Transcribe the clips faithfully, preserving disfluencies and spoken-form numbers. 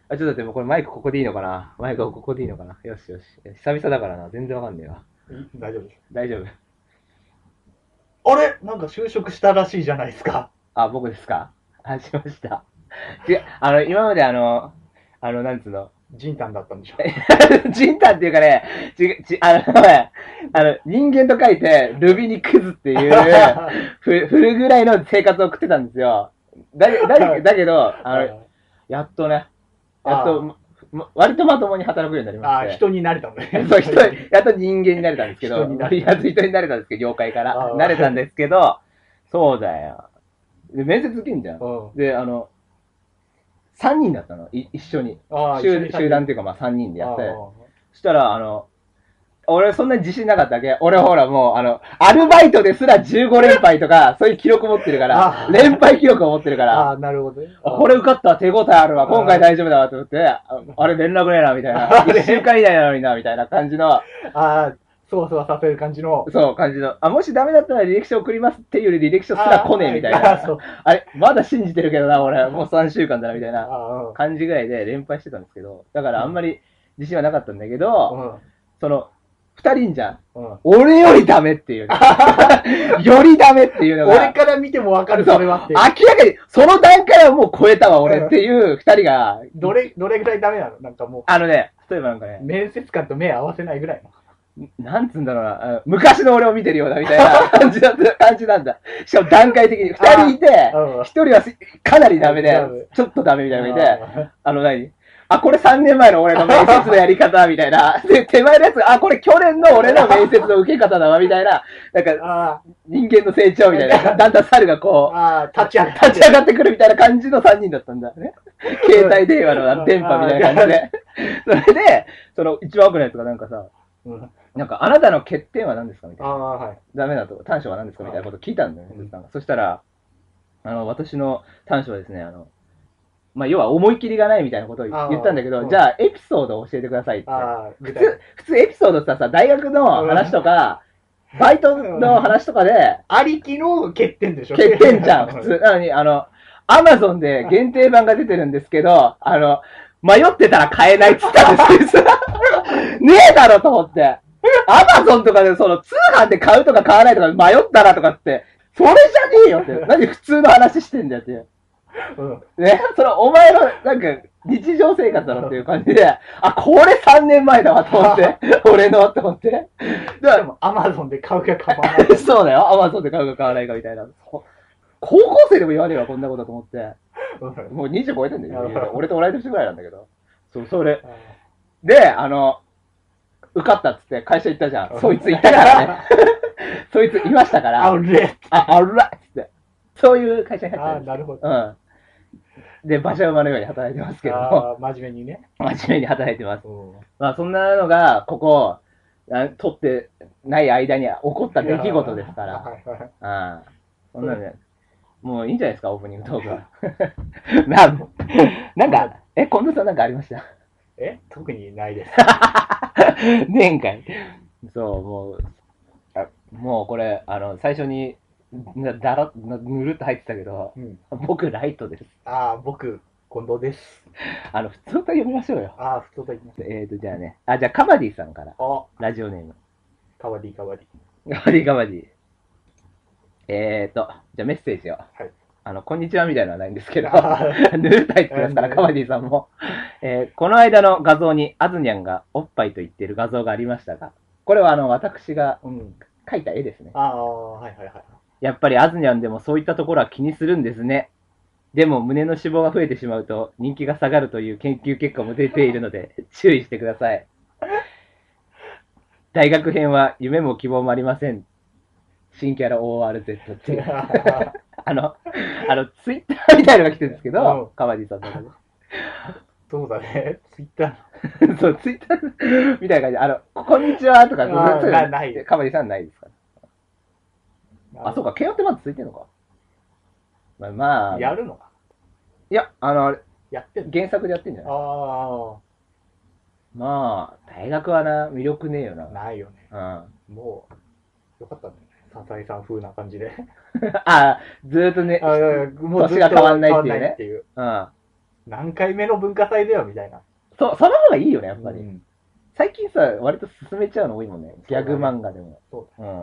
あ、ちょっと待って、もうこれマイクここでいいのかな、マイクここでいいのかな、よしよし。久々だからな。全然わかんねえわ。 大丈夫です。 大丈夫。 あれなんか就職したらしいじゃないですか。 あ、僕ですか？あ、しました。違う、あの、今まであの、あの、なんつうの。 ジンタンだったんでしょ。 ジンタンっていうかね、ち、ち、あの、あの、人間と書いて、ルビにクズっていう、ふ、ふるぐらいの生活を送ってたんですよ。だ、だ、だけど、あの、やっとね、やっと、割とまともに働くようになりまして。 ああ、人になれたのね。 そう、人、やっと人間になれたんですけど、 人になれやっと人になれたんですけど、業界から。なれたんですけど、そうだよ。で、面接受けんじゃん。で、あの、さんにんだったの、い一緒に。集集団っていうか、まあさんにんでやって。そしたら、あの、俺そんなに自信なかったわけ。俺ほらもう、あの、アルバイトですらじゅうご連敗とか、そういう記録持ってるから、連敗記録を持ってるから、 ああ、なるほどね。 これ受かった、手応えあるわ、今回大丈夫だわと思って、あれ連絡ねえな、みたいな。いっしゅうかん以内なのにな、みたいな感じの。ああ、そわそわさせる感じの。 そう、感じの。あ、もしダメだったら履歴書送りますっていうより履歴書すら来ねえ、みたいな。あれ、まだ信じてるけどな、俺。もうさんしゅうかんだな、みたいな感じぐらいで連敗してたんですけど、だからあんまり自信はなかったんだけど、その、二人じゃん、うん。俺よりダメっていう、ね。よりダメっていうのが。 俺から見てもわかる、それはって。 明らかに、その段階はもう超えたわ、俺っていう二人が。 どれ、どれぐらいダメなの？なんかもう。 あのね、例えばなんかね。 面接官と目合わせないぐらいの。なんつうんだろうな。昔の俺を見てるようなみたいな感じだった、感じなんだ。しかも段階的に。二人いて、一人はかなりダメで、ちょっとダメみたいなのがいて、あの何あ、これさんねんまえの俺の面接のやり方、みたいな。で、手前のやつが、あ、これ去年の俺の面接の受け方だわ、みたいな。なんか、人間の成長みたいな。だんだん猿がこう、立ち上が立ち上がってくるみたいな感じのさんにんだったんだね。携帯電話の電波みたいな感じで。それで、その一番奥のやつがなんかさ、なんか、あなたの欠点は何ですかみたいな。ダメだと。短所は何ですかみたいなこと聞いたんだよね。そしたら、あの、私の短所はですね、あの、まあ、要は思い切りがないみたいなことを言ったんだけど、じゃあエピソードを教えてくださいって。普通、普通エピソードってさ、大学の話とか、バイトの話とかで、 ありきの欠点でしょ？ 欠点じゃん、普通。なのに、あの、アマゾンで限定版が出てるんですけど、あの、迷ってたら買えないって言ったんですけど、ねえだろと思って。アマゾンとかでその通販で買うとか買わないとか迷ったらとかって、それじゃねえよって。何普通の話してんだよって。うん、ね、そのお前のなんか日常生活だろっていう感じで、あ、これさんねんまえだわと思って、俺のと思って。 でもアマゾンで買うか買わないか。 そうだよ、アマゾンで買うか買わないかみたいな。高校生でも言わねえわ、こんなことと思って。もうにじゅう超えてんだよ。俺と同い年ぐらいなんだけど。そう、それ。で、あの、受かったっつって会社行ったじゃん。そいついたからね。そいついましたから。 あれあ、あらっつって。そういう会社に入った。 あ、なるほど。 うん。で、馬車馬のように働いてますけども。 真面目にね。 真面目に働いてます。まあ、そんなのが、ここ、取ってない間に起こった出来事ですから。はいはい。ああ。そんなね。もういいんじゃないですか、オープニングトークは。な、なんか、え、近藤さんなんかありました？ え特にないです。 ねえんかい。そう、もう、もうこれ、あの、最初に、だら、ぬるっと入ってたけど、うん、僕、ライトです。 ああ、僕、近藤です。 あの、普通と読みましょうよ。 ああ、普通と読みましょう。 えっと、じゃあね。あ、じゃあ、カバディさんから。ラジオネーム。 カバディ、カバディ。カバディ、カバディ。えーと、じゃあメッセージを。はい。あの、こんにちはみたいなのはないんですけど、ぬるっと入ってますから、カバディさんも。えー、この間の画像に、アズニャンがおっぱいと言っている画像がありましたが、これはあの、私が描いた絵ですね。 ああ、はいはいはい。 やっぱりアズニャンでもそういったところは気にするんですね。でも胸の脂肪が増えてしまうと人気が下がるという研究結果も出ているので注意してください。大学編は夢も希望もありません。新キャラ オーアールゼット っていう。あの、あの、ツイッターみたいなのが来てるんですけど、川地さんの中で。 そうだね、ツイッター。そう、ツイッターみたいな感じで、あの、こんにちはとか、 ない。 川地さんないですか？あ、そうか、ケアってまだついてるのか。まあ、まあ、 やるのか。 いや、あの、 やってんの？ 原作でやってんじゃない？ああ。まあ、大学はな、魅力ねえよな。 ないよね。うん。もう、よかったんだよね。笹井さん風な感じで。 ああ、ずーっとね、もう年が変わんないっていうね。いううん。 何回目の文化祭だよみたいな。 そ、その方がいいよね、やっぱり。うん、最近さ、割と進めちゃうの多いもんね。ギャグ漫画でも。 そうだ、ね。うん。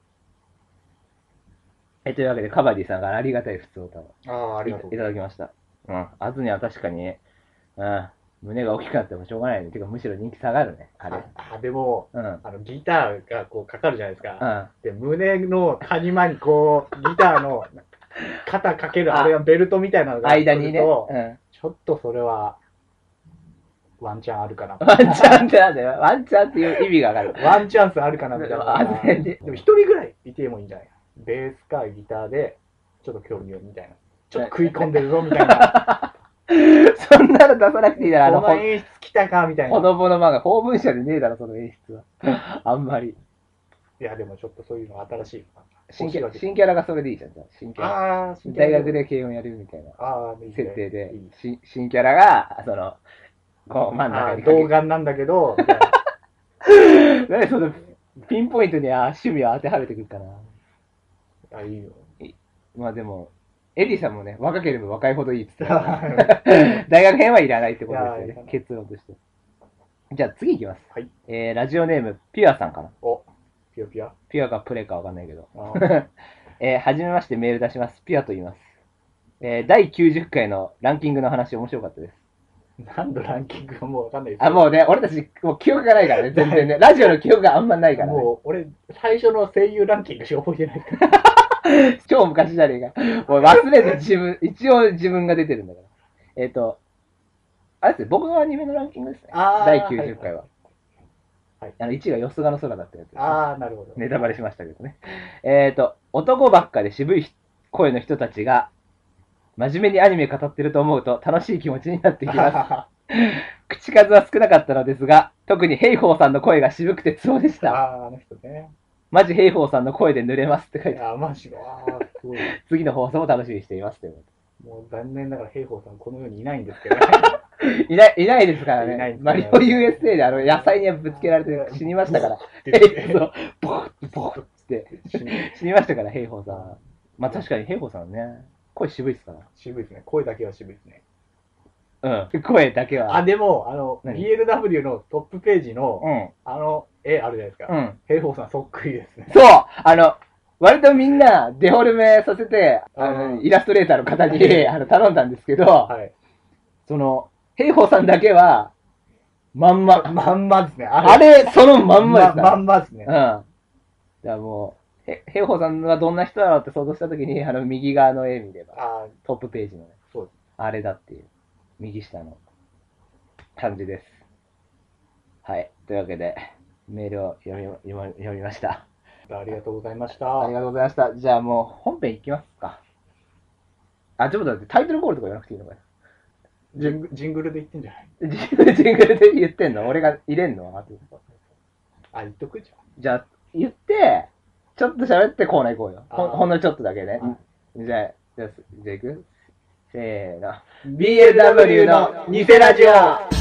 え、というわけで、カバディさんからありがたい普通歌を。 ああ、ありがとう。 いただきました。うん。あずには確かに、うん。胸が大きくなってもしょうがないね。てか、むしろ人気下がるね。あれ。 あ、でも、うん、あの、ギターがこうかかるじゃないですか。うん。で、胸の谷間にこう、ギターの肩かける、あれはベルトみたいなのが間にね。うん。 ちょっとそれは、ワンチャンあるかな。 ワンチャンってなんだよ。ワンチャンっていう意味がわかる。 ワンチャンスあるかなみたいな。でも一人ぐらいいてもいいんじゃない？ベースかギターで、ちょっと興味をみたいな。ちょっと食い込んでるぞみたいな。 そんなの出さなくていいだろ。 この演出来たかみたいな。 子供の漫画、法文社でねえだろ、その演出は。あんまり。 いや、でもちょっとそういうの新しい。 新キャラ、新キャラがそれでいいじゃん。新キャラ。ああ、新キャラ。大学で軽音やるみたいな。ああ、設定で。新キャラが、その、こう真ん中に。 童顔なんだけど、 何その、ピンポイントに趣味を当てはめてくるかな。 あ、いいよ。 まあでも、エディさんもね、若ければ若いほどいいっつって。大学編はいらないってことですよね。結論として。じゃあ次いきます。はい。えー、ラジオネーム、ピュアさんかな。 お、ピュアピュアピュアかプレかわかんないけど。えー、はじめましてメール出します。ピュアと言います。えー、だいきゅうじゅっかいのランキングの話面白かったです。 何のランキングかもうわかんないです。 あ、もうね、俺たち、もう記憶がないからね、全然ね。ラジオの記憶があんまないからね。 もう、俺、最初の声優ランキングしか覚えてないから。 超昔じゃねえか。もう忘れて自分、一応自分が出てるんだから。えっ、ー、と、あれですね、僕のアニメのランキングですね。だいきゅうじゅっかいは。はい。あの、いちいがよすがの空だったやつです、ね。 ああ、なるほど。 ネタバレしましたけどね。えっ、ー、と、男ばっかで渋い声の人たちが、真面目にアニメ語ってると思うと楽しい気持ちになってきます。口数は少なかったのですが、特にヘイホーさんの声が渋くてツボでした。 ああ、あの人ね。 マジヘイホーさんの声で濡れますって書いてある。 あ、マジか。ああ、すごい。 次の放送も楽しみにしています。 もう残念ながらヘイホーさんこの世にいないんですけどね。 いない、いないですからね。いないマリオ ユーエスエー であの野菜にぶつけられて死にましたから。ボッ、ボッって死にましたから、ヘイホーさん。まあ確かにヘイホーさんね、声渋いですから。 渋いですね。声だけは渋いですね。 うん。声だけは。 あ、でも、あの、ビーエルダブリュー のトップページの、うん、あの、絵あるじゃないですか。うん。ヘイホーさんそっくりですね。 そうあの、割とみんなデフォルメさせて、あの、イラストレーターの方にあの頼んだんですけど、はい。その、ヘイホーさんだけは、まんま。 まんまですね。 あれ、あれそのまんまですま、まんまですね。 うん。じゃあもう、ヘイホーさんはどんな人だろうって想像したときに、あの、右側の絵見れば、あトップページのね、そうです。あれだっていう。右下の感じです。はい。というわけで、メールを読み、読み、読みました。 ありがとうございました。 ありがとうございました。じゃあもう本編いきますか。あ、ちょっと待って、タイトルコールとか言わなくていいのかよ。 ジングジングルで言ってんじゃないジングル、ジングルで言ってんの俺が入れんのあ、 言っとくじゃん。 じゃあ、言って、ちょっと喋ってコーナー行こうよ。ほほんのちょっとだけね。じゃあ、じゃあ、じゃあ行くせーの。ビーエルダブリュー の偽ラジオ。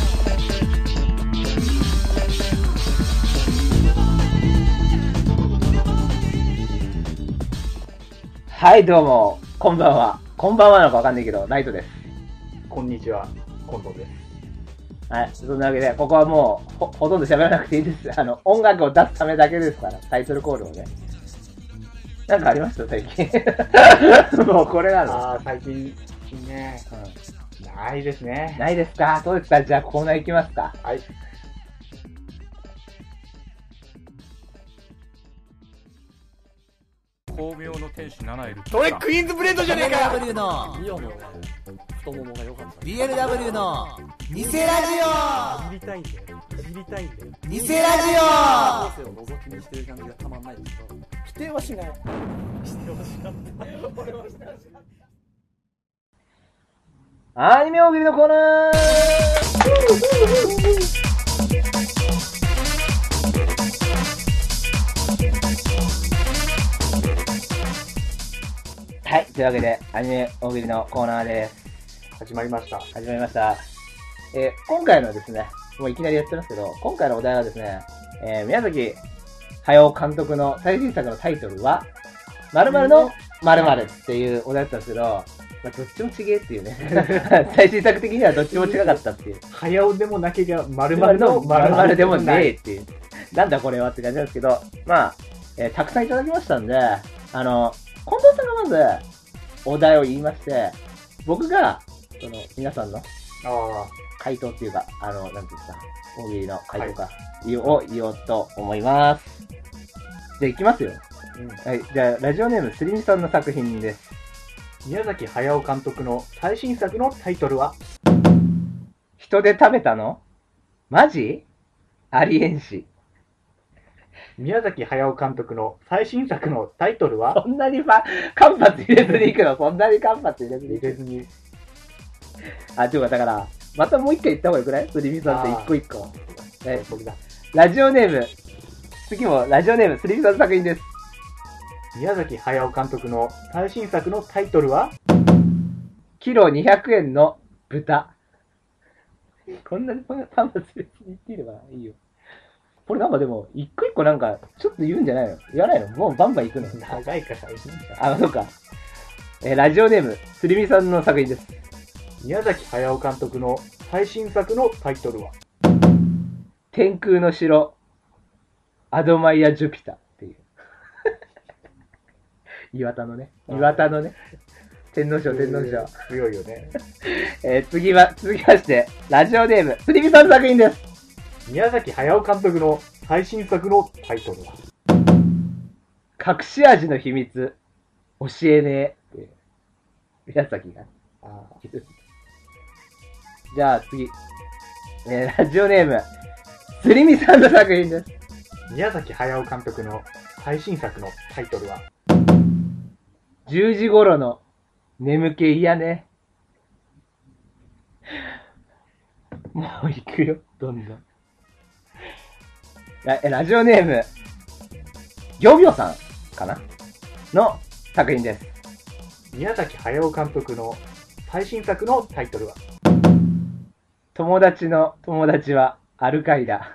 はい、どうも。こんばんは。こんばんはなのかわかんないけど、ナイトです。 こんにちは。近藤です。 はい。そんなわけで、ここはもう、ほ、ほとんど喋らなくていいです。あの、音楽を出すためだけですから、タイトルコールをね。なんかありました最近。もうこれなの。 ああ、最近。ね、うん、ないですね。 ないですか。そうですか。じゃあコーナー行きますか。 はい。 巧妙の天使七エル。 それクイーンズブレードじゃねえか。 ビーエルダブリュー のミオの太ももが良かった。ビーエルダブリュー の偽ラジオ。 知りたいんだよ。知りたいんだよ。 偽ラジオ。 を覗きにしてる感じがたまんないですけど。 否定はしない。 否定はしなかった。俺はしなかった。 アニメ大喜利のコーナー。はい、というわけでアニメ大喜利のコーナーです。 始まりました。 始まりました。えー、今回のですね、もういきなりやってますけど、今回のお題はですね、えー、宮崎駿監督の最新作のタイトルは、〇〇の〇〇っていうお題だったんですけど、 まあ、どっちも違えっていうね。最新作的にはどっちも違かったっていう。 早尾でもなけりゃ丸々の丸々でもねえっていう。なんだこれはって感じなんですけど、まあ、えー、たくさんいただきましたんで、あの、近藤さんがまずお題を言いまして、僕が、その、皆さんの回答っていうか、あの、なんていうんですか、大喜利の回答か、はい、を言おうと思います。じゃあ行きますよ。うん、はい。じゃあ、ラジオネーム、すりみさんの作品です。 宮崎駿監督の最新作のタイトルは？ 人で食べたの？マジ？ありえんし。 宮崎駿監督の最新作のタイトルは？ そんなに間髪入れずに行くの？そんなに間髪入れずに行く？ 入れずに。 あ、ちょっとだから、またもう一回言った方がよくない？すりみさんって一個一個。え、僕だ。ラジオネーム、次もラジオネーム、すりみさんの作品です。 宮崎駿監督の最新作のタイトルは？ キロにひゃくえんの豚。こんなにパンパンツ別に言っていいのかな？いいよ。これなんかでも、一個一個なんか、ちょっと言うんじゃないの？言わないの？もうバンバン行くの？ 長いからいいんじゃん。あ、そうか。えー、ラジオネーム、すりみさんの作品です。 宮崎駿監督の最新作のタイトルは？ 天空の城、アドマイヤ・ジュピタっていう。岩田のね。岩田のね。天皇賞、天皇賞。 強いよね。 えー、次は、続きまして、ラジオネーム、すりみさんの作品です。 宮崎駿監督の最新作のタイトルは？ 隠し味の秘密、教えねえっていう。宮崎が。あじゃあ次。えー、ラジオネーム、すりみさんの作品です。 宮崎駿監督の最新作のタイトルは？ じゅうじ頃の眠気嫌ね。もう行くよ、どんどん。ラ, ラジオネーム、ギョビョさんかなの作品です。 宮崎駿監督の最新作のタイトルは？ 友達の友達はアルカイダ。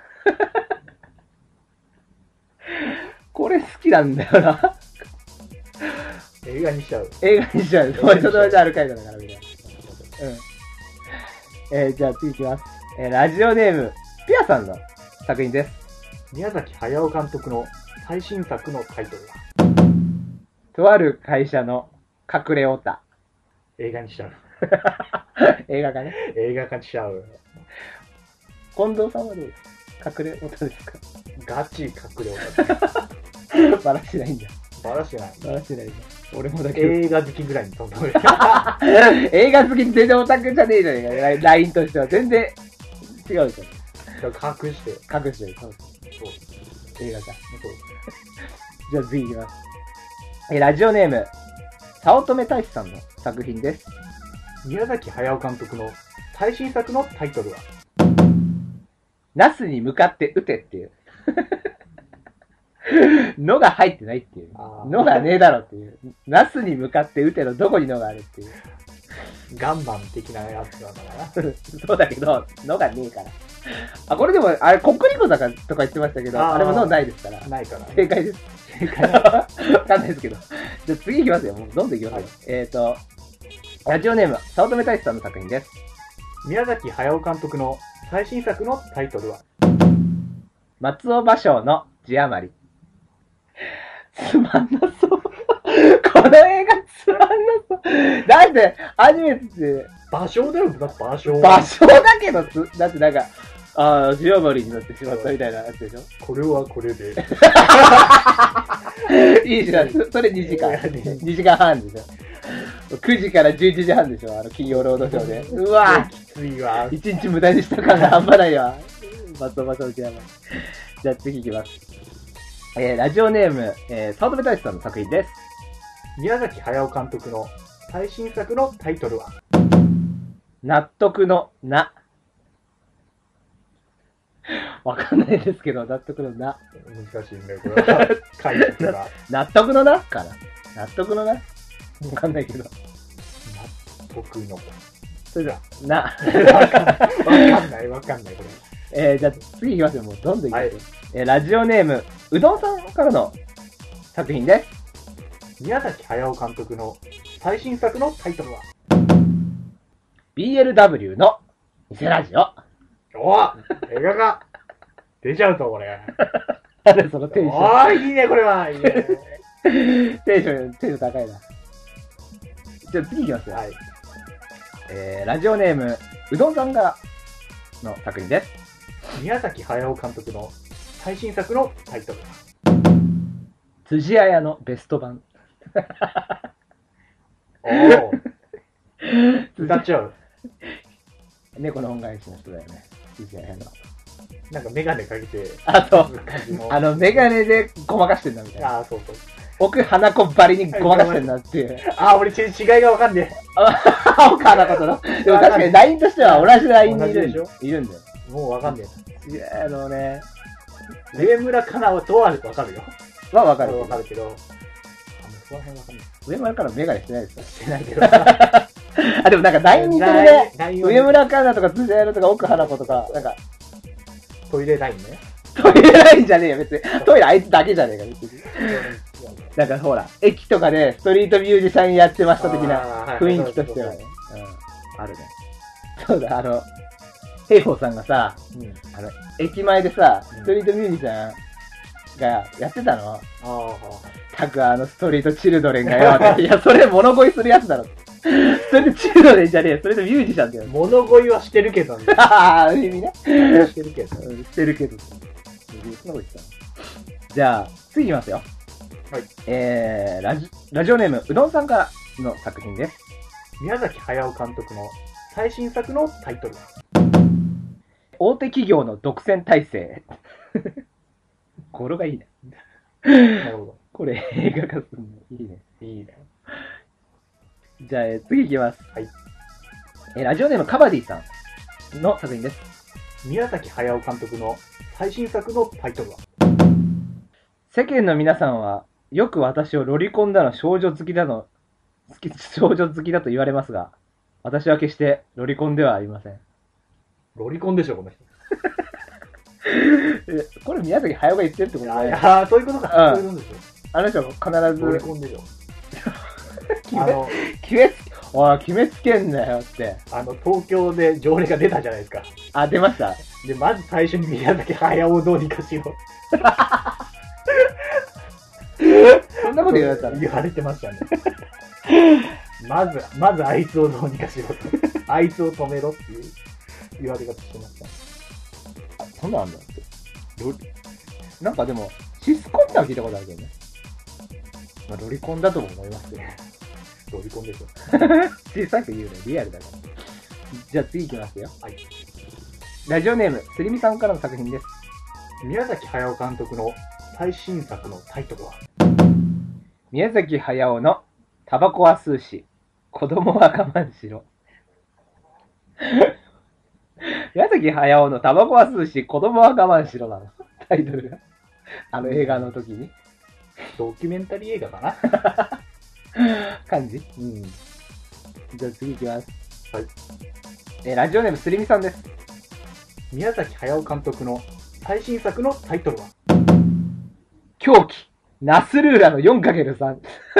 これ好きなんだよな。 映画にしちゃう。 映画にしちゃう。友達の友達はアルカイダだからみたいな。うん。えー、じゃあ次いきます。えー、ラジオネーム、ピアさんの作品です。 宮崎駿監督の最新作のタイトルは？ とある会社の隠れオタ。 映画にしちゃう。 映画化ね。 映画化しちゃう。 近藤さんはどうですか？隠れオタですか？ ガチ隠れオタ。 バラしてないんだ。 バラしてない。 バラしてないんだ。俺もだけ映画好きぐらいに飛んだ。 映画好き全然オタクじゃねえじゃねえか。ラインとしては全然違うじゃん。隠して。 隠してる。そうそう。映画か。そう。じゃあ次いきます。え、ラジオネーム、早乙女太一さんの作品です。 宮崎駿監督の最新作のタイトルは？ ナスに向かって撃てっていう。のが入ってないっていう。のがねえだろっていう。ナスに向かって撃てのどこにのがあるっていう。 ガンマン的なやつだからな。 そうだけど、のがねえから。あ、これでも、あれ、コックリコとかとか言ってましたけど、あ, あれものないですから。 ないから、ね。 正解です。正解わかんないですけど。じゃあ次行きますよ。もうどんどん行きますよ。はい、えっ、ー、と、ラジオネーム、早乙女太一さんの作品です。 宮崎駿監督の最新作のタイトルは？ 松尾芭蕉の字余り。つまんなそう。この映画つまんなそう。だって、アニメって、 芭蕉だよ、芭蕉。 芭蕉だけどつ、だってなんか、ああ、字余りになってしまったみたいなやつでしょ？ これはこれで。 いいじゃん。それにじかん。にじかんはんでしょ。くじからじゅういちじはんでしょ、あの金曜ロードショーで。うわぁ、 きついわ。 一日無駄にした感が半端ないわ。松尾芭蕉の字余り。じゃあ次行きます。えー、ラジオネーム、えー、早乙女太一さんの作品です。 宮崎駿監督の最新作のタイトルは？ 納得のな。わかんないですけど、納得のな。 難しいんだよ、これは。書いてたら。 納得のなかな。納得のなわかんないけど。納得の。 それでは、な。 わかんない、わかんない、これ。えー、じゃあ次行きますよ、もうどんどん行きますよ。はい、えー、ラジオネーム、うどんさんからの作品です。 宮崎駿監督の最新作のタイトルは？ ビーエルダブリュー の偽ラジオ。 おぉ映画が出ちゃうと、これ。 なんでそのテンション。 おー、いいね、これは。いいね。 テンション、テンション高いな。じゃあ次いきますよ。 はい。 えー、ラジオネーム、うどんさんがの作品です。 宮崎駿監督の最新作のタイトル。 辻彩のベスト版。 おー。歌っちゃう。 猫の恩返しの人だよね。辻彩の。 なんかメガネかけて。 あと、あの、メガネでごまかしてんだみたいな。 ああ、そうそう。 奥花子ばりにごまかしてんだっていう。 ああ、俺違いがわかんねえ。奥花子との。でも確かにラインとしては同じラインにいるんだよ。いるんだよ。 もうわかんねえ。いや、あのね。 上村かなとはわかるよ。 はわかる。 わかるけど。あ、もうその辺わかんない。 上村からメガネしてないですか？ してないけど。 あ、でもなんかライン似てるね。上村かなとか辻彩とか奥花子とか、なんか。 トイレラインね。 トイレラインじゃねえよ、別に。トイレあいつだけじゃねえか、別に。なんかほら、駅とかでストリートミュージシャンやってました的な雰囲気としてはね。うん。あるね。そうだ、あの、平方さんがさ、うん、あの、駅前でさ、ストリートミュージシャンがやってたの。ああ。たくあのストリートチルドレンがよ。いや、それ物乞いするやつだろ。それでチルドレンじゃねえよ。それでミュージシャンだよ。 物乞いはしてるけどね。 ああ、意味ね。 してるけど。 してるけど。そんなこと言ってたの。じゃあ、次いきますよ。はい。えー、ラジ、ラジオネーム、うどんさんからの作品です。 宮崎駿監督の最新作のタイトルは大手企業の独占体制。語呂がいいね。なるほど。これ映画化するのいいね。いいね。じゃあ、えー、次いきます。はい。えー、ラジオネームカバディさんの作品です。 宮崎駿監督の最新作のタイトルは世間の皆さんはよく私をロリコンだの少女好きだの好き少女好きだと言われますが、私は決してロリコンではありません。 ロリコンでしょこの人。 これ宮崎駿が言ってるってことだよ。 ああ、そういうことか。そういうことでしょ。 あの人は必ずロリコンでしょ。 あの決めつおい決めつけんなよって。あの東京で条例が出たじゃないですか。 あ、出ました。 でまず最初に宮崎駿をどうにかしよう。 そんなこと言われたの？ 言われてましたね。まずまずあいつをどうにかしろと。あいつを止めろっていう言われ方してました。 あ、そんなんあんだって。なんかでもシスコンってのは聞いたことあるけどね。まあロリコンだとも思いますよ。 ロリコンでしょ。 小さく言うね、リアルだから。じゃあ次いきますよ。はい。ラジオネーム、すりみさんからの作品です。 宮崎駿監督の最新作のタイトルは宮崎駿のタバコは吸うし、子供は我慢しろ。宮崎駿のタバコは吸うし、子供は我慢しろなの。タイトルが。あの映画の時に。 ドキュメンタリー映画かな感じ？うん。じゃあ次いきます。はい。えー、ラジオネームすりみさんです。 宮崎駿監督の最新作のタイトルは狂気、ナスルーラの よんかけるさん。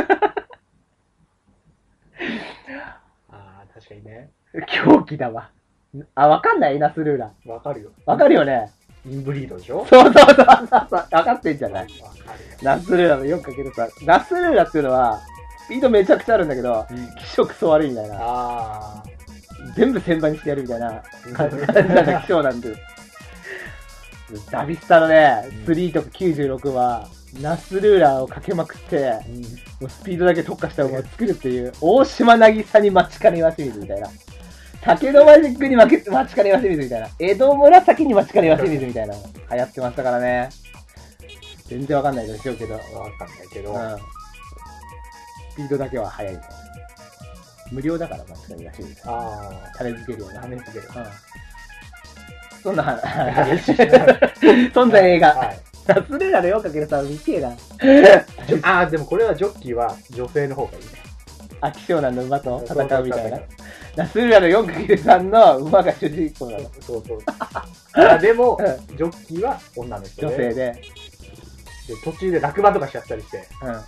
あー、確かにね。 狂気だわ。あ、わかんないナスルーラ。 わかるよ。 わかるよね。 インブリードでしょ？ そうそうそうそうそう。わかってんじゃない？ナスルーラの よんかけるさん。ナスルーラっていうのは、スピードめちゃくちゃあるんだけど、うん、気色クソ悪いみたいな。あ全部千倍にしてやるみたいな感じなんだ、気性なんで。ダビスタのね、スリーとかきゅうじゅうろくは、ナスルーラーをかけまくって、うん、もうスピードだけ特化した馬を作るっていう、大島渚に待ちかねわし水みたいな。竹のマジックに待ちかねわし水みたいな。江戸紫に待ちかねわし水みたいな。流行ってましたからね。全然わかんないでしょうけど。わかんないけど。うん。スピードだけは速いみたいな。無料だから待ちかねわし水。ああ。種付けるような。種付ける。うん。そんな話。そんな映画。はい。ナスルーラの よんかけるさん 見てえな。 ああ、でもこれはジョッキーは女性の方がいいね。 あ、希少なの馬と戦うみたいな。ナスルーラの よんかけるさん の馬が主人公なの。 そうそう。あでも、ジョッキーは女の人で。 女性で。 で、途中で落馬とかしちゃったりして。うん。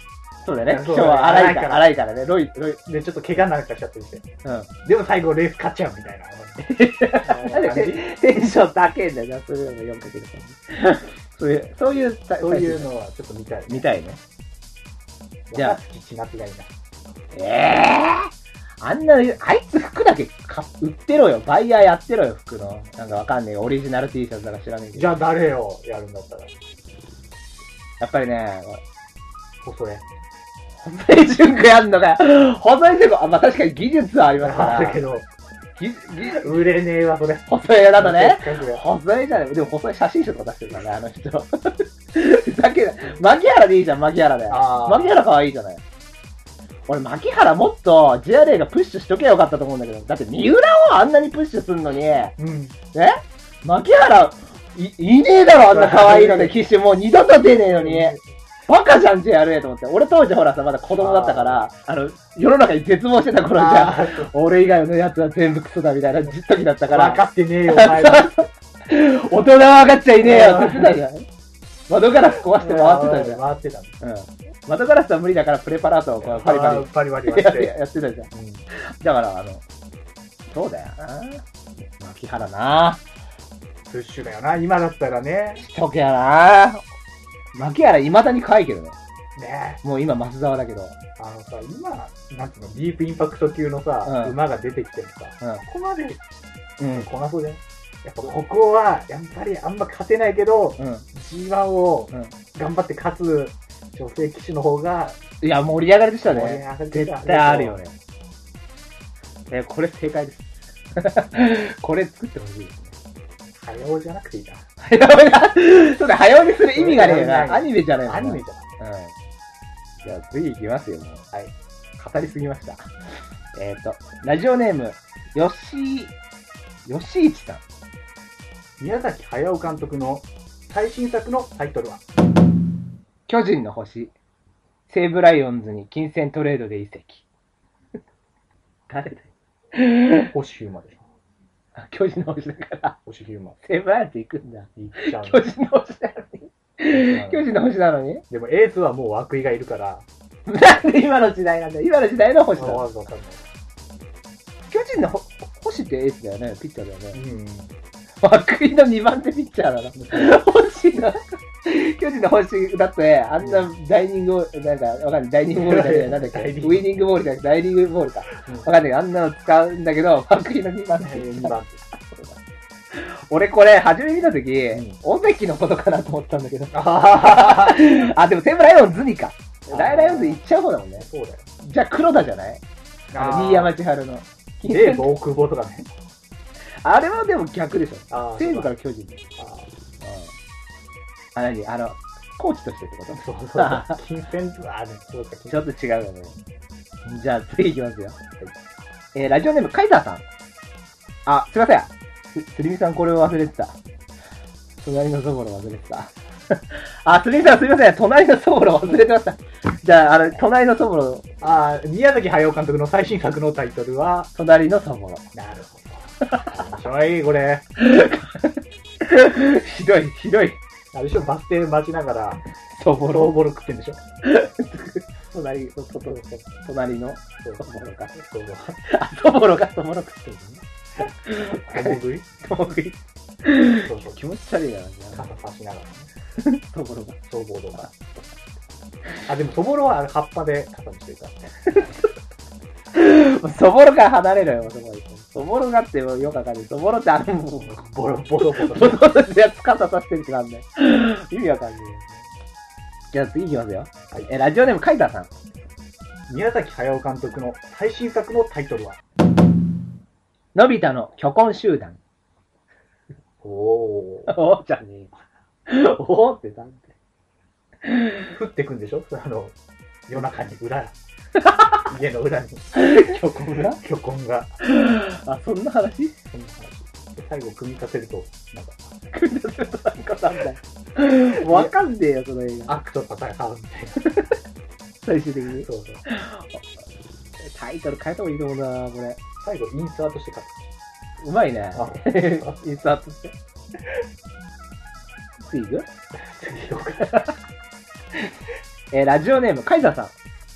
そうだね。今日は荒いから、荒いからね。ロイ、ロイ。 で、ちょっと怪我なんかしちゃってて。 うん。 でも最後レース勝っちゃうみたいな。 なんでテンション高えんだよな、そういうのよんかける感じ。そういう、そういう、 そういうのはちょっと見たい。 見たいね。 じゃあ、千夏がいいな。 ええー、あんな、あいつ服だけか売ってろよ。バイヤーやってろよ、服の。なんかわかんねえよ。オリジナル T シャツだか知らねえけど。 じゃあ誰よ、やるんだったら。 やっぱりね、 細江。 細江純子やんのかよ。細江純子、あ、まあ、確かに技術はありますから。 あるけど、ぎぎ売れねえわ、それ。 細江だとね。細江じゃない。でも細江写真集とか出してるからね、あの人。だけど、牧原でいいじゃん、牧原で。牧原可愛いじゃない。俺、牧原もっと ジェイアールエー がプッシュしとけばよかったと思うんだけど。だって、三浦をあんなにプッシュすんのに、うん、え牧原、い、いねえだろ、あんな可愛いので、騎手もう二度と出ねえのに。バカじゃん、ジェイアールエー と思って。俺当時ほらさ、まだ子供だったから、あの、世の中に絶望してた頃じゃん。俺以外のやつは全部クソだみたいな時だったから。 分かってねえよ、お前は。 大人は分かっちゃいねえよって言ってたじゃん。窓ガラス壊して回ってたじゃん。 回ってたうん。窓ガラスは無理だからプレパラートをこうパリパリ。 パリパリやってやってたじゃん。うん。だから、あの、そうだよな。牧原な。 プッシュだよな、今だったらね。 しとけやな。牧原未だに可愛いけどね。 ねもう今、増沢だけど。 あのさ、今、なんつうの、ディープインパクト級のさ、うん、馬が出てきてもさ、うん、ここまで、うん、こなそうじゃん。やっぱここは、やっぱりあんま勝てないけど、うん、ジーワン を頑張って勝つ女性騎手の方が、 いや、盛り上がりでしたね。絶対あるよね。え、これ正解です。これ作ってほしいですね。 早尾じゃなくていいな。 早尾が、そうだ、早尾にする意味がねえな。アニメじゃないもん。 アニメじゃない。 うん。じゃあ次行きますよ、もう。はい。語りすぎました。えっと、ラジオネーム、よし、よしいちさん。 宮崎駿監督の最新作のタイトルは巨人の星。西武ライオンズに金銭トレードで移籍。誰だよ。 星ヒューマでしょ。 巨人の星だから。 星ヒューマ。 西武ライオンズ行くんだ。行っちゃう。巨人の星なのに。巨人の星なのにでもエースはもう涌井がいるから。 なんで今の時代なんだよ。今の時代の星だ。わかんない。巨人の星ってエースだよね。ピッチャーだよね。うん。涌井のにばん手ピッチャーだな。星の。巨人の星だって、あんなダイニング、なんか、わかんない。ダイニングボールだけど、なんだっけ。ウィニングボールじゃなくて、ダイニングボールか。わかんないけど、あんなの使うんだけど、涌井のにばん手。にばん手。俺これ、初め見たとき、尾関のことかなと思ったんだけど。あ、でも西武ライオンズにか。ライオンズ行っちゃう方だもんね。 そうだよ。 じゃあ黒田じゃないあの、新山千春の。 で、大久保とかね。 あれはでも逆でしょ。西武から巨人で。あ、なにあの、コーチとしてってことそうそう。金銭はある。そうか。 ちょっと違うよね。じゃあ次行きますよ。えー、ラジオネーム、カイザーさん。あ、すいません。す、すりみさんこれを忘れてた。隣のそぼろ忘れてた。あ、すりみさんすいません。隣のそぼろ忘れてました。じゃあ、あの、隣のそぼろ。 あ、宮崎駿監督の最新作のタイトルは、 隣のそぼろ。 なるほど。面白い、これ。 ひどい、ひどい。 あれでしょ、バス停待ちながら、 そぼろ。 そぼろ食ってんでしょ。 隣、そ、そ、隣のそぼろか。 そぼろ。 あ、そぼろか、そぼろ食ってるね。共食い共食い。そうそう、気持ち悪いな。 傘差しながらね。 そぼろが。 そぼろが。あ、でもそぼろは葉っぱで傘にしてるからね。 そぼろから離れろよ、そぼろ。そぼろがってよくわかんない。そぼろってあの、もう、 ボロボロボロ。 ボロボロでやつ傘さしてるってなんだよ。意味わかんない。じゃあ次行きますよ。はい、え、ラジオネームカイザーさん。 宮崎駿監督の最新作のタイトルはのび太の巨根集団。 おー。 おーじゃねえ。おーってなんて。 降ってくんでしょあの、夜中に裏。家の裏に。 巨根が巨根が。 あ、そんな話そんな話。で、最後組み立てると、なんか。 組み立てるとなんかなんだよ。わかんねえよ、その映画。 悪と戦うみたいな。 最終的に。 そうそう。 タイトル変えた方がいいと思うな、これ。 最後、インサートして書く。 うまいね。インサートして。次行く次行く。えー、ラジオネーム、カイザーさん。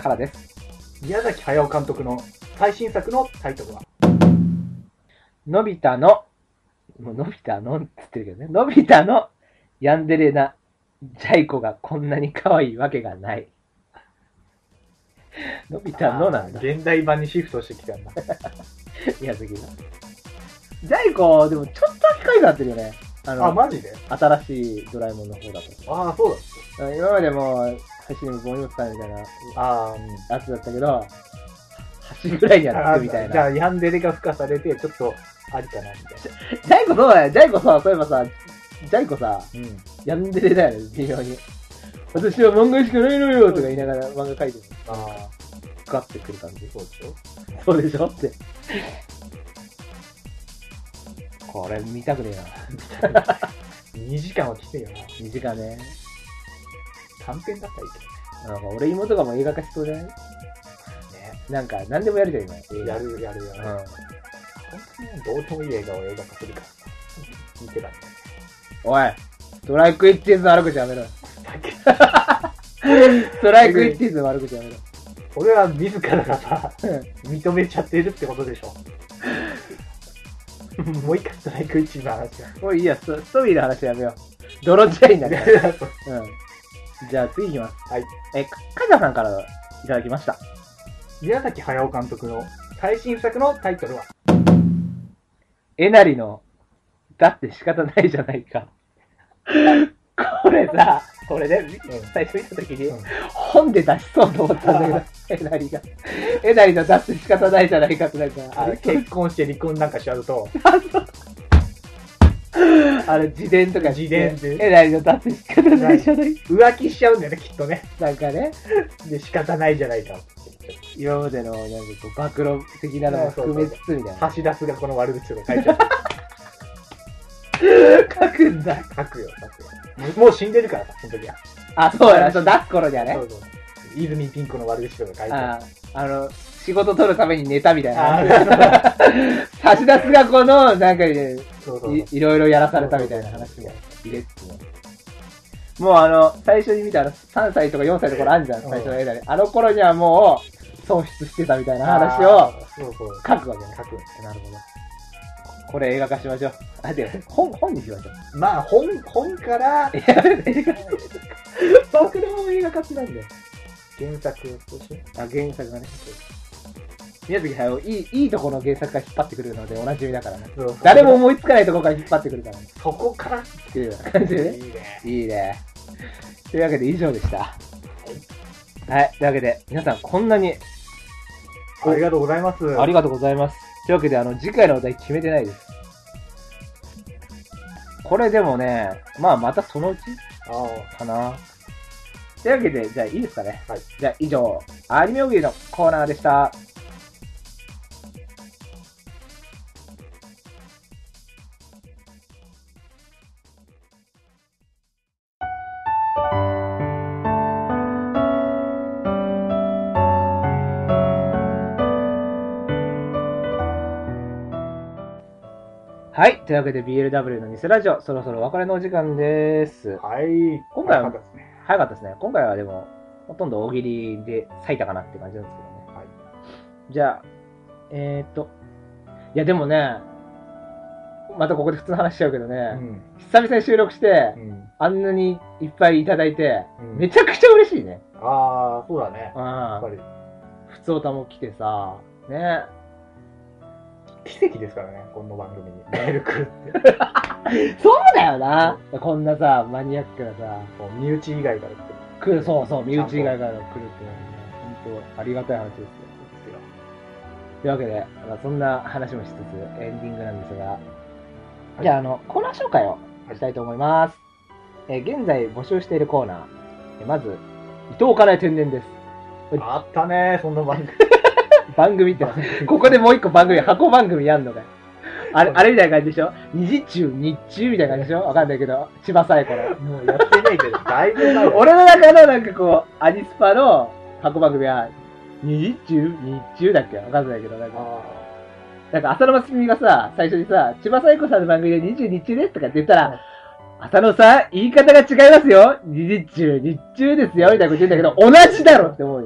からです。 宮崎駿監督の最新作のタイトルはのび太の、もうのび太のって言ってるけどね、のび太のヤンデレなジャイ子がこんなに可愛いわけがない。のび太のなんだ。 現代版にシフトしてきたんだ。 宮崎の。ジャイ子、でもちょっとだけ可愛くなってるよね。 あの、あ、マジで新しいドラえもんの方だと。 ああ、そうだ。 今までも、橋にゴミ落ちたみたいな、あやつだったけど、橋ぐらいにはつくみたいな。 じゃあ、ヤンデレが付加されて、ちょっと、ありかな、みたいな。 ジャイ子そうだよ。ジャイ子さ、そういえばさ、ジャイ子さ、うん、ヤンデレだよね、微妙に。私は漫画しかないのよとか言いながら漫画描いてる。ああ。ガッてくる感じ。 そうでしょそうでしょって。これ見たくねえな。 にじかんはきついよな。 にじかんね。 短編だったらいいけどね。なんか俺妹がもう映画化しそうじゃない？ね。なんか何でもやるじゃん今。 やるやるやる。うん。本当にどうでもいい映画を映画化するからさ。見てたんだよね。 おい、ストライクイッチーズの悪口やめろ。ストライクイッチーズの悪口やめろ。 俺は自らがさ、認めちゃってるってことでしょ。もう一回ストライクイッチーズの話だ。 もういいや、スト、ストーリーの話やめよう。泥仕合になるから。うん。じゃあ次いきます。 はい。 え、かじゃさんからいただきました。 宮崎駿監督の最新作のタイトルはえなりの、だって仕方ないじゃないか。これさ、これね、うん、最初見たときに、うん、本で出しそうと思ったんだけど、えなりが。えなりのだって仕方ないじゃないかってなんか、 あれ結婚して離婚なんかしちゃうと、 あれ自伝とか自伝で。 えなりのだって仕方ないじゃないか。 浮気しちゃうんだよね、きっとね。 なんかね。 で、仕方ないじゃないか。 今までの、なんかこう、暴露的なのも含めつつみたいな。 橋出すがこの悪口とか書いちゃった。 書くんだ。 書くよ、書くよ。もう死んでるからさ、その時は。 あ、そうやな、そう出す頃にはね。そうそう。 泉ピン子の悪口とか書いてある。あの、仕事取るために寝たみたいな。差し出すがこの、なんかね、いろいろやらされたみたいな話も入れつつね。もうあの、最初に見たらさんさいとかよんさいの頃あるじゃん、最初の絵だね。あの頃にはもう、喪失してたみたいな話を書くわけね。書く。なるほど。これ映画化しましょう。あ、で、本、本にしましょう。まあ、本、本から、 いや、映画化。僕でも映画化しないんだよ。 原作として。 あ、原作がね。宮崎駿、いい、いいとこの原作から引っ張ってくるのでおなじみだからね。そうそう誰も思いつかないところから引っ張ってくるからね。 そこからっていう感じでね。いいね。いいね。というわけで以上でした。はい。はい。というわけで、皆さんこんなに。 ありがとうございます。 ありがとうございます。というわけで、あの、次回のお題決めてないです。これでもね、まあ、またそのうちかな。というわけで、じゃあいいですかね。はい。じゃあ以上、アニメ大喜利のコーナーでした。はい。というわけで ビーエルダブリュー の偽ラジオ、そろそろお別れのお時間です。 はい。 今回は、早かったですね。早かったですね。今回はでも、ほとんど大喜利で割いたかなって感じなんですけどね。はい。じゃあ、えーっと、いやでもね、またここで普通の話しちゃうけどね、うん、久々に収録して、うん、あんなにいっぱいいただいて、うん、めちゃくちゃ嬉しいね。 ああ、そうだね。 うん。やっぱり。普通歌も来てさ、ね。 奇跡ですからね、この番組にメール来るってそうだよな、うん、こんなさマニアックなさ身内以外から来るそうそう身内以外から来るっていうのはね本当ありがたい話ですよ。というわけで、まあ、そんな話もしつつエンディングなんですが、はい、じゃああのコーナー紹介をしたいと思います、はい、え現在募集しているコーナー、えまず伊藤かなえ天然です。 あったねそんな番組番組ってここでもう一個番組、箱番組やんのかよ。あれ、あれみたいな感じでしょ二次中、日中みたいな感じでしょわかんないけど、千葉サイコロ。 もうやってないけど、だいぶ前。 俺の中のなんかこう、アニスパの箱番組は、二次中、日中だっけわかんないけど、なんか。なんか浅野真澄がさ、最初にさ、千葉サイコさんの番組で二十日中ですとかって言ったら、浅野さん、言い方が違いますよ二次中、日中ですよみたいなこと言うんだけど、同じだろって思うよね。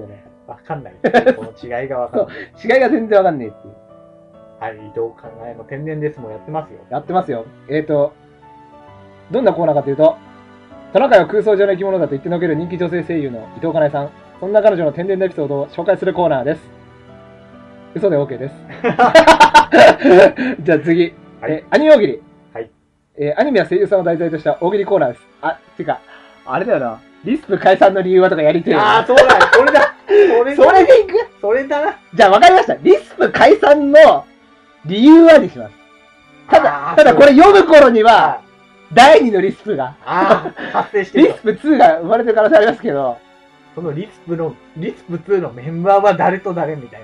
わかんない。この違いがわかんない。 違いが全然わかんねえっていう。 はい、伊藤かなえの天然ですもやってますよ。 やってますよ。えーと、どんなコーナーかというと、トナカイは空想上の生き物だと言ってのける人気女性声優の伊藤かなえさん。そんな彼女の天然なエピソードを紹介するコーナーです。嘘で OK です。じゃあ次。はい、えアニメ大喜利。はい。えー、アニメや声優さんを題材とした大喜利コーナーです。あ、てか、あれだよな。リスプ解散の理由はとかやりてえよ。 ああ、そうだ、それだ。 それそれでいくそれだな。 じゃあ分かりました。リスプ解散の理由はにします。ただ、ただこれ読む頃には、だいにのリスプが、 ああ、発生してる。 リスプツーが生まれてる可能性ありますけど、 そのリスプの、リスプツーのメンバーは誰と誰みたい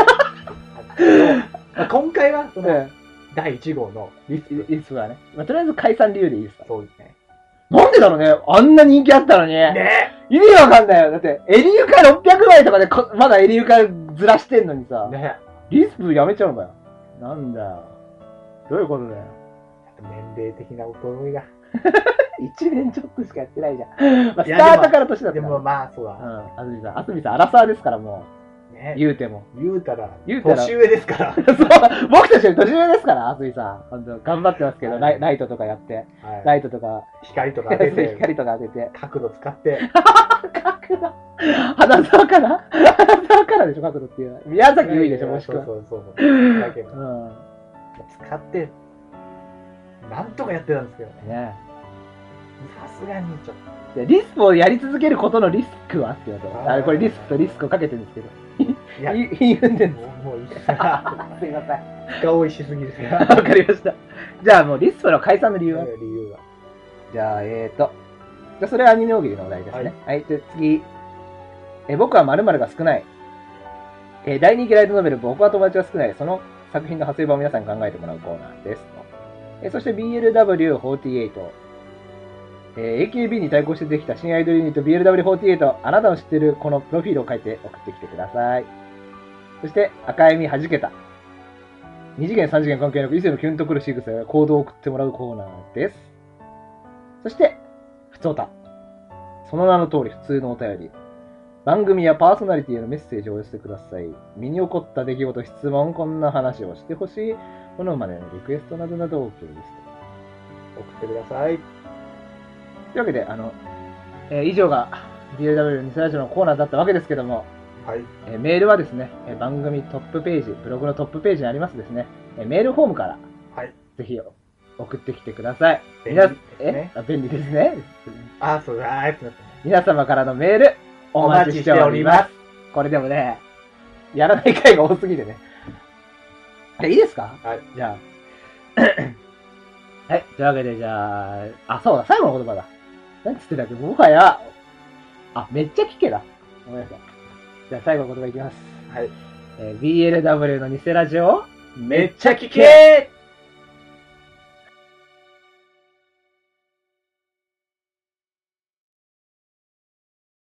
な。今回は、その、うん、だいいち号のリスプ。 リスプはね。まあ、とりあえず解散理由でいいですか？ そうですね。 なんでだろうね。あんな人気あったのに。 ね意味わかんないよ。だって、エリユカろっぴゃくまいとかでこ、まだエリユカずらしてんのにさ。ねリスプやめちゃうんだよ。なんだよ。どういうことだよ。 年齢的な衰えが。 一年ちょっとしかやってないじゃん。まあ、スタートから年だったから。 でもまあ、そうだ。 うん。あすみさん、あすみさん、アラサーですからもう。ね。言うても。 言うたら、言うたら。年上ですから。 そう、僕たちより年上ですから、あすみさん。本当頑張ってますけど、はい、ライ、ライトとかやって。はい、ライトとか。 光とか当てて。 光とか当てて。 角度使って。 角度。花沢かな花沢からでしょ、角度っていうのは。宮崎優衣でしょ、もしくは。そうそうそう。だけど。うん。 使って、なんとかやってたんですけどね。ねさすがにちょっと。リスクをやり続けることのリスクはって言われた。あれ、これリスクとリスクをかけてるんですけど。いや、言うんでんの。もういいです。すいません。 深追いしすぎですわかりました。じゃあもうリスクの解散の理由は？ 理由は。 じゃあ、えーと。じゃあそれはアニメ大喜利のお題ですね。はい。はい、で次。え、僕は〇〇が少ない。え、大人気ライトノベル、僕は友達は少ない。その作品の派生版を皆さんに考えてもらうコーナーです。え、そして ビーエルダブリューフォーティーエイト。えー、エーケービー に対抗してできた新アイドルユニット ビーエルダブリューフォーティーエイト。あなたの知っているこのプロフィールを書いて送ってきてください。そして赤い実弾けた。二次元三次元関係なく異性のキュンとくる仕草や行動を送ってもらうコーナーです。そして、ふつおた。その名の通り普通のお便り。番組やパーソナリティへのメッセージをお寄せください。身に起こった出来事、質問、こんな話をしてほしいものまでのリクエストなどなど OK です。 送ってください。 というわけで、あの、えー、以上が ビーエルダブリュー ニセラジオのコーナーだったわけですけども、はい。えー、メールはですね、えー、番組トップページ、ブログのトップページにありますですね、えー、メールフォームから、はい。ぜひ送ってきてください。 便利ですね。 えあ便利ですね。 あ、そうだ、あーってなったね。 皆様からのメール、お待ちしております。これでもね、やらない回が多すぎてね。いいですか？はい。じゃあ。はい。というわけで、じゃあ、あ、そうだ、最後の言葉だ。何つってたっけ？もはや、あ、めっちゃ聞けだ。ごめんなさい。じゃあ最後の言葉いきます。はい。えー、ビーエルダブリュー の偽ラジオ、 めっちゃ聞けー